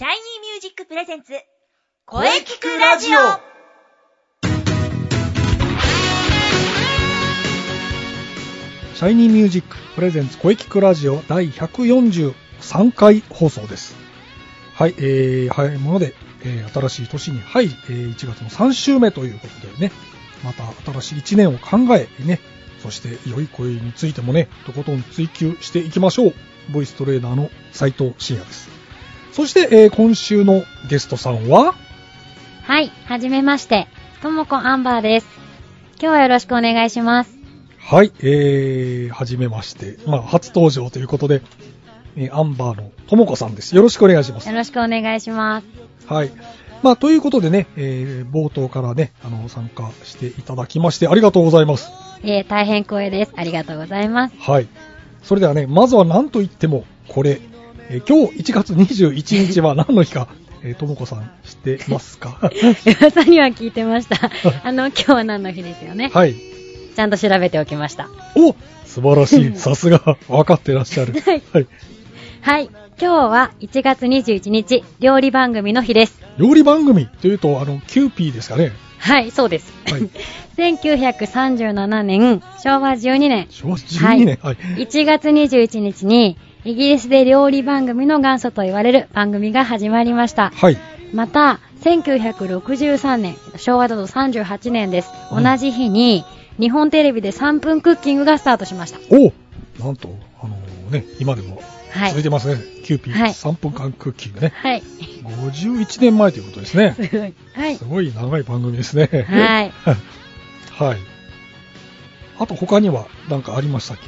シャイニーミュージックプレゼンツ声聞くラジオ。 シャイニーミュージックプレゼンツ声聞くラジオ第143回放送です。はい、早いもので、新しい年に入り、1月の3週目ということでね、また新しい1年を考えね、そして良い声についてもね、とことん追求していきましょう。ボイストレーナーの斉藤慎也です。そして、今週のゲストさんは、 はい、はじめまして、ともこアンバーです。今日はよろしくお願いします。 はい、はじめまして、初登場ということで、アンバーのともこさんです。よろしくお願いします。 よろしくお願いします。 はい。ということでね、冒頭からね、参加していただきましてありがとうございます。 大変光栄です。ありがとうございます。 はい。それではね、まずは何と言っても、これ、今日1月21日は何の日か、ともこさん知ってますか？ 噂には聞いてました。今日は何の日ですよね。 はい。 ちゃんと調べておきました。 お、素晴らしい。さすが、分かってらっしゃる。 はい。はい。はい。今日は1月21日、料理番組の日です。 料理番組というと、キューピーですかね。 はい、そうです。はい、1937年、昭和12年。 昭和12年、はい。 1月21日に、イギリスで料理番組の元祖と言われる番組が始まりました。 はい。 また、1963年、昭和だと38年です。同じ日に、日本テレビで3分クッキングがスタートしました。 お、なんと、今でも続いてますね。はい、キューピー、はい、3分間クッキングね。 はい。 51年前ということですね。 すごい。はい。 すごい長い番組ですね。 はい。 はい。あと他には何かありましたっけ？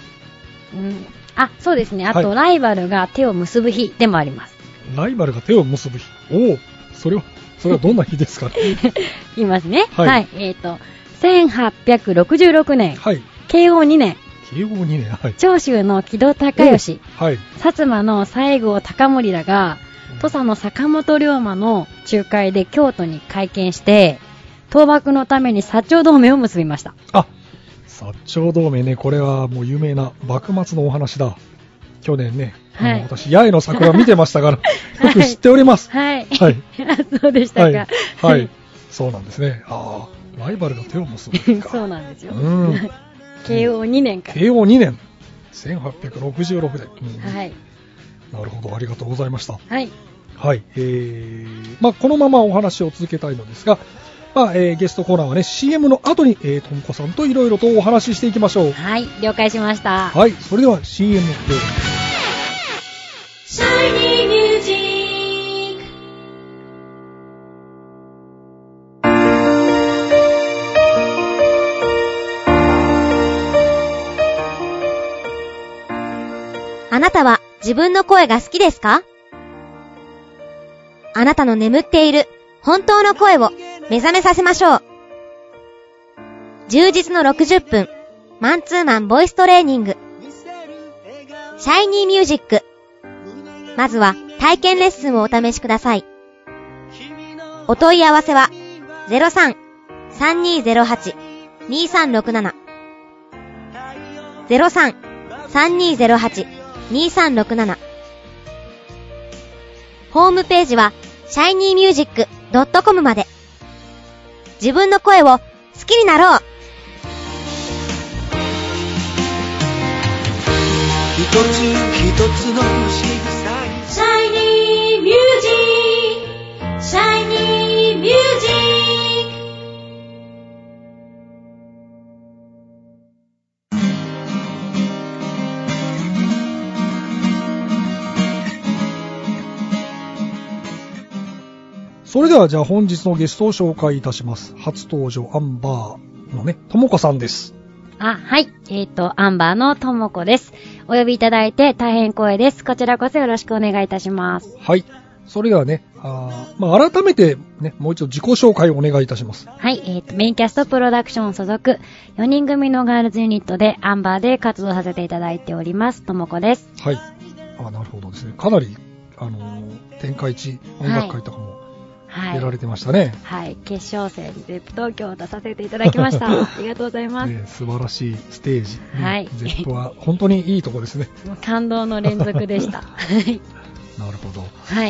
そうですね。あと、はい、ライバルが手を結ぶ日でもあります。 ライバルが手を結ぶ日。おお、それはどんな日ですかね？ 言いますね。はい。はい、1866年。はい。慶応2年。 慶応2年。はい。 長州の木戸孝允。 はい。 薩摩の西郷隆盛らが、土佐の坂本龍馬の仲介で京都に会見して、討幕のために薩長同盟を結びました。 あ、薩長同盟ね、これはもう有名な幕末のお話だ。去年ね、はい、私、八重の桜見てましたから、よく知っております。 はい。はい。そうでしたか。 はい。はい、そうなんですね。ライバルが手を結ぶか。 そうなんですよ。慶応2年から。 慶応2年。1866年。 はい。 なるほど、ありがとうございました。 はい。 はい。このままお話を続けたいのですが、ゲストコーナーはね、CM の後に、ともこさんといろいろとお話ししていきましょう。 はい、了解しました。 はい、それでは CM で。 シャイニーミュージック。 あなたは自分の声が好きですか？あなたの眠っている本当の声を目覚めさせましょう。充実の60分マンツーマンボイストレーニング、シャイニーミュージック。まずは体験レッスンをお試しください。お問い合わせは 03-3208-2367 03-3208-2367。ホームページは shinymusic.com まで。自分の声を好きになろう。 一つ一つの仕草にシャイニーミュージック、シャイニーミュージック。 それではじゃあ本日のゲストを紹介いたします。初登場アンバーのね、ともこさんです。 はい。アンバーのともこです。お呼びいただいて大変光栄です。こちらこそよろしくお願いいたします。 はい。それではね、改めてね、もう一度自己紹介をお願いいたします。 はい。メインキャストプロダクション所属、4人組のガールズユニットでアンバーで活動させていただいております。ともこです。 はい。なるほどですね。かなり、天下一音楽会とかも、出られてましたね。 はい。決勝戦ゼップ東京を出させていただきました。ありがとうございます。 素晴らしいステージ。 はい。 ゼップは本当にいいとこですね。 もう感動の連続でした。はい。 なるほど。 はい。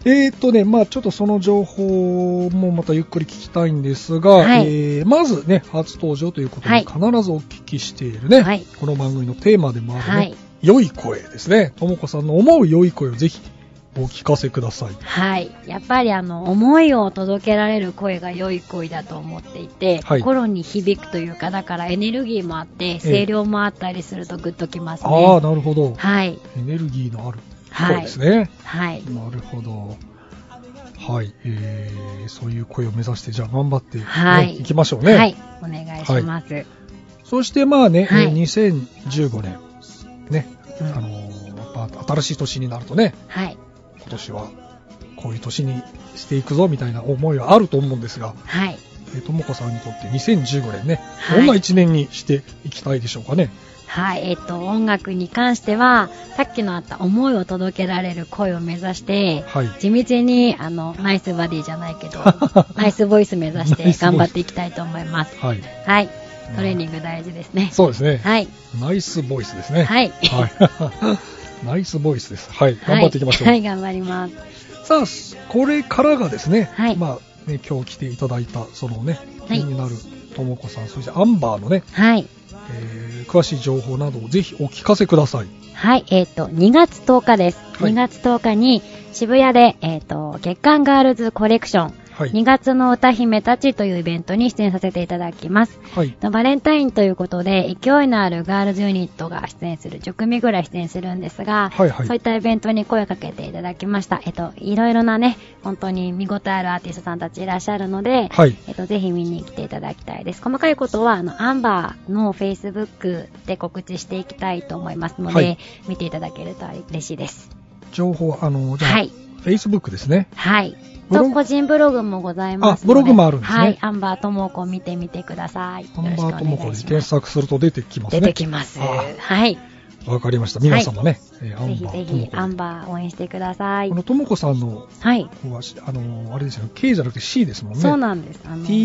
まあちょっとその情報もまたゆっくり聞きたいんですが、 はい、 まずね、初登場ということで、 はい、 必ずお聞きしているね、はい、この番組のテーマでもあるね、はい、良い声ですね。ともこさんの思う良い声をぜひお聞かせください。 はい。やっぱり思いを届けられる声が良い声だと思っていて、はい、心に響くというか、だからエネルギーもあって、声量もあったりするとグッときますね。 ああ、なるほど。 はい。 エネルギーのある声ですね。 はい。 なるほど。はい。そういう声を目指して、じゃあ頑張って、ね、 はい、 行きましょうね。 はい。お願いします。はい、 そしてまあね、はい、2015年、ね、やっぱ新しい年になるとね、 はい。 今年はこういう年にしていくぞみたいな思いはあると思うんですが、 はい。 ともこさんにとって2015年ね、はい、どんな1年にしていきたいでしょうかね。 はい、音楽に関しては、さっきのあった思いを届けられる声を目指して、はい、地道に、ナイスバディじゃないけど、ナイスボイス目指して頑張っていきたいと思います。はい。はい。トレーニング大事ですね。 そうですね。 はい。 ナイスボイスですね。 はい。 はい。ナイスボイスです。はい。頑張っていきましょう。 はい、頑張ります。 さあ、これからがですね、 はい。 まあ、ね、今日来ていただいた、そのね、気になるともこさん、そしてアンバーのね、 はい。 詳しい情報などをぜひお聞かせください。 はい、2月10日です。はい、2月10日に渋谷で、月刊ガールズコレクション、はい、2月の歌姫たちというイベントに出演させていただきます。はい、バレンタインということで、勢いのあるガールズユニットが出演する、10組ぐらい出演するんですが、はいはい、そういったイベントに声をかけていただきました。いろいろなね、本当に見応えあるアーティストさんたちいらっしゃるので、はい、ぜひ見に来ていただきたいです。細かいことは、アンバーの Facebook で告知していきたいと思いますので、はい、見ていただけると嬉しいです。 情報は、じゃあ、はい、Facebook ですね。 はい。と個人ブログもございますので。 ブログもあるんですね。 はい。アンバーともこ見てみてください。 アンバーともこで検索すると出てきますね。 出てきます。はい。 わかりました。皆様ね、 はい、ぜひぜひアンバー応援してください。 このともこさんの、はい。あれですよね。K じゃなくて C ですもんね。 そうなんです。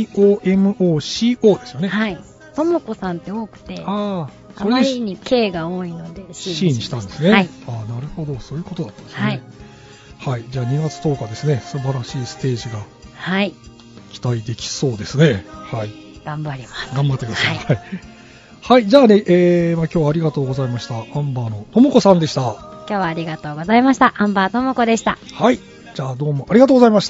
TOMOCO ですよね。 はい。ともこさんって多くて、あまりに K が多いので C にしたんですね。はい。なるほど。そういうことだったんですね。はい。はい。じゃあ2月10日ですね。素晴らしいステージが。はい。期待できそうですね。はい。 頑張ります。 頑張ってください。はい。はい。じゃあね、今日はありがとうございました。アンバーのともこさんでした。 今日はありがとうございました。アンバーともこでした。 はい。じゃあどうもありがとうございました。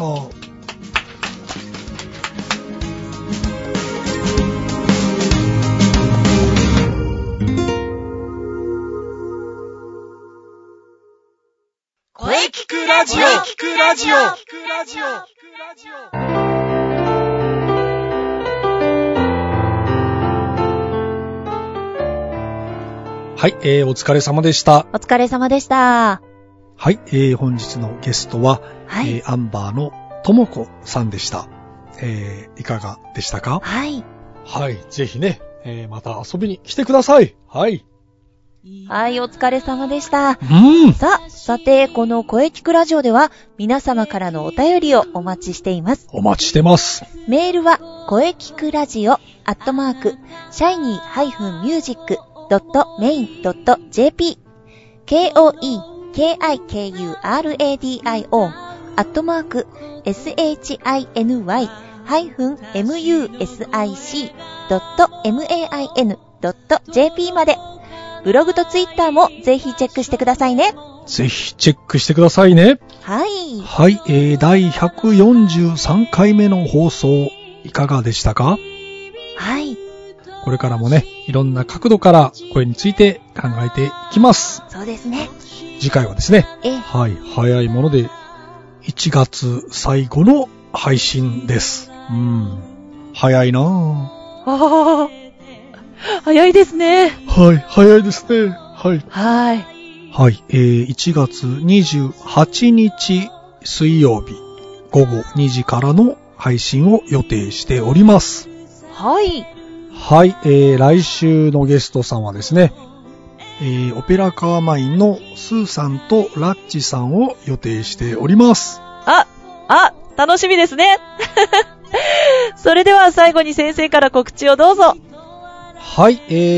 声聞くラジオ聞くラジオ聞くラジオ聞くラジオ。 はい、お疲れ様でした。 お疲れ様でした。 はい、本日のゲストは、はい、アンバーのともこさんでした。いかがでしたか？ はい。 はい、ぜひね、また遊びに来てください。はい。 はい、お疲れ様でした。 うん。 さて、この声聞くラジオでは、皆様からのお便りをお待ちしています。 お待ちしてます。 メールは、声聞くラジオ@shiny-music.main.jp shiny-music.main.jp まで。ブログとツイッターもぜひチェックしてくださいね。 ぜひチェックしてくださいね。 はい。 はい、第143回目の放送いかがでしたか？ はい。 これからもね、いろんな角度から声について考えていきます。 そうですね。 次回はですね、はい、早いもので1月最後の配信です。早いなぁ。 早いですね。 はい、早いですね。はい。 はい。 はい、1月28日水曜日午後2時からの配信を予定しております。 はい。 はい、来週のゲストさんはですね、オペラカーマインのスーさんとラッチさんを予定しております。 楽しみですね。それでは最後に先生から告知をどうぞ。 はい、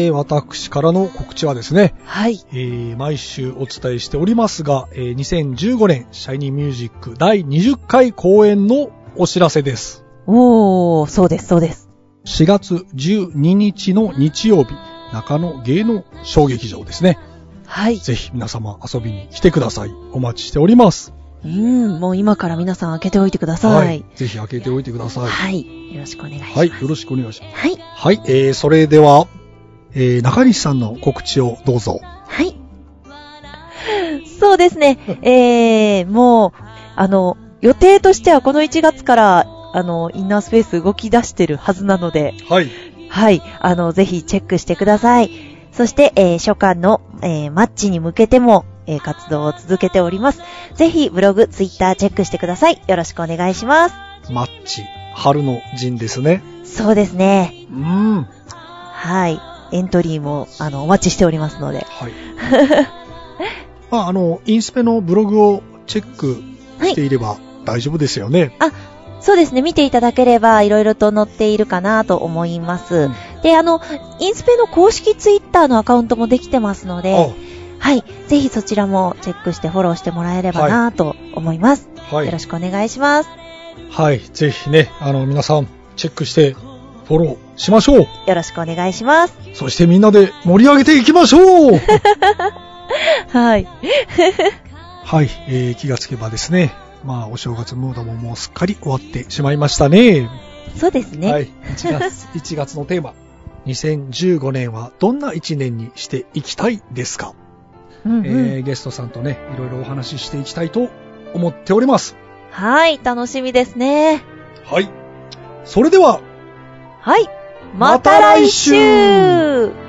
私からの告知はですね、 はい。 毎週お伝えしておりますが、2015年シャイニーミュージック第20回公演のお知らせです。 おー、そうです、そうです。 4月12日の日曜日、中野芸能小劇場ですね。 はい。 ぜひ皆様遊びに来てください。お待ちしております。 もう今から皆さん開けておいてください。 はい。ぜひ開けておいてください。 はい。よろしくお願いします。 はい。よろしくお願いします。 はい。 はい。それでは、中西さんの告知をどうぞ。 はい。 そうですね。もう、予定としてはこの1月から、インナースペース動き出してるはずなので。 はい。 はい。ぜひチェックしてください。そして、初夏の、マッチに向けても、活動を続けております。ぜひ、ブログ、ツイッターチェックしてください。よろしくお願いします。 マッチ、春の陣ですね。 そうですね。はい。エントリーも、お待ちしておりますので。 はい。インスペのブログをチェックしていれば大丈夫ですよね。 はい、そうですね。見ていただければ、いろいろと載っているかなと思います。で、インスペの公式ツイッターのアカウントもできてますので、はい。ぜひそちらもチェックしてフォローしてもらえればなと思います。はい。よろしくお願いします。 はい。ぜひね、皆さん、チェックして、フォローしましょう。 よろしくお願いします。 そしてみんなで盛り上げていきましょうはい。 はい。気がつけばですね、お正月ムードももうすっかり終わってしまいましたね。 そうですね。 はい。1月のテーマ。2015年はどんな1年にしていきたいですか？ゲストさんとね、いろいろお話ししていきたいと思っております。 はい、楽しみですね。 はい。それでは、 はい。また来週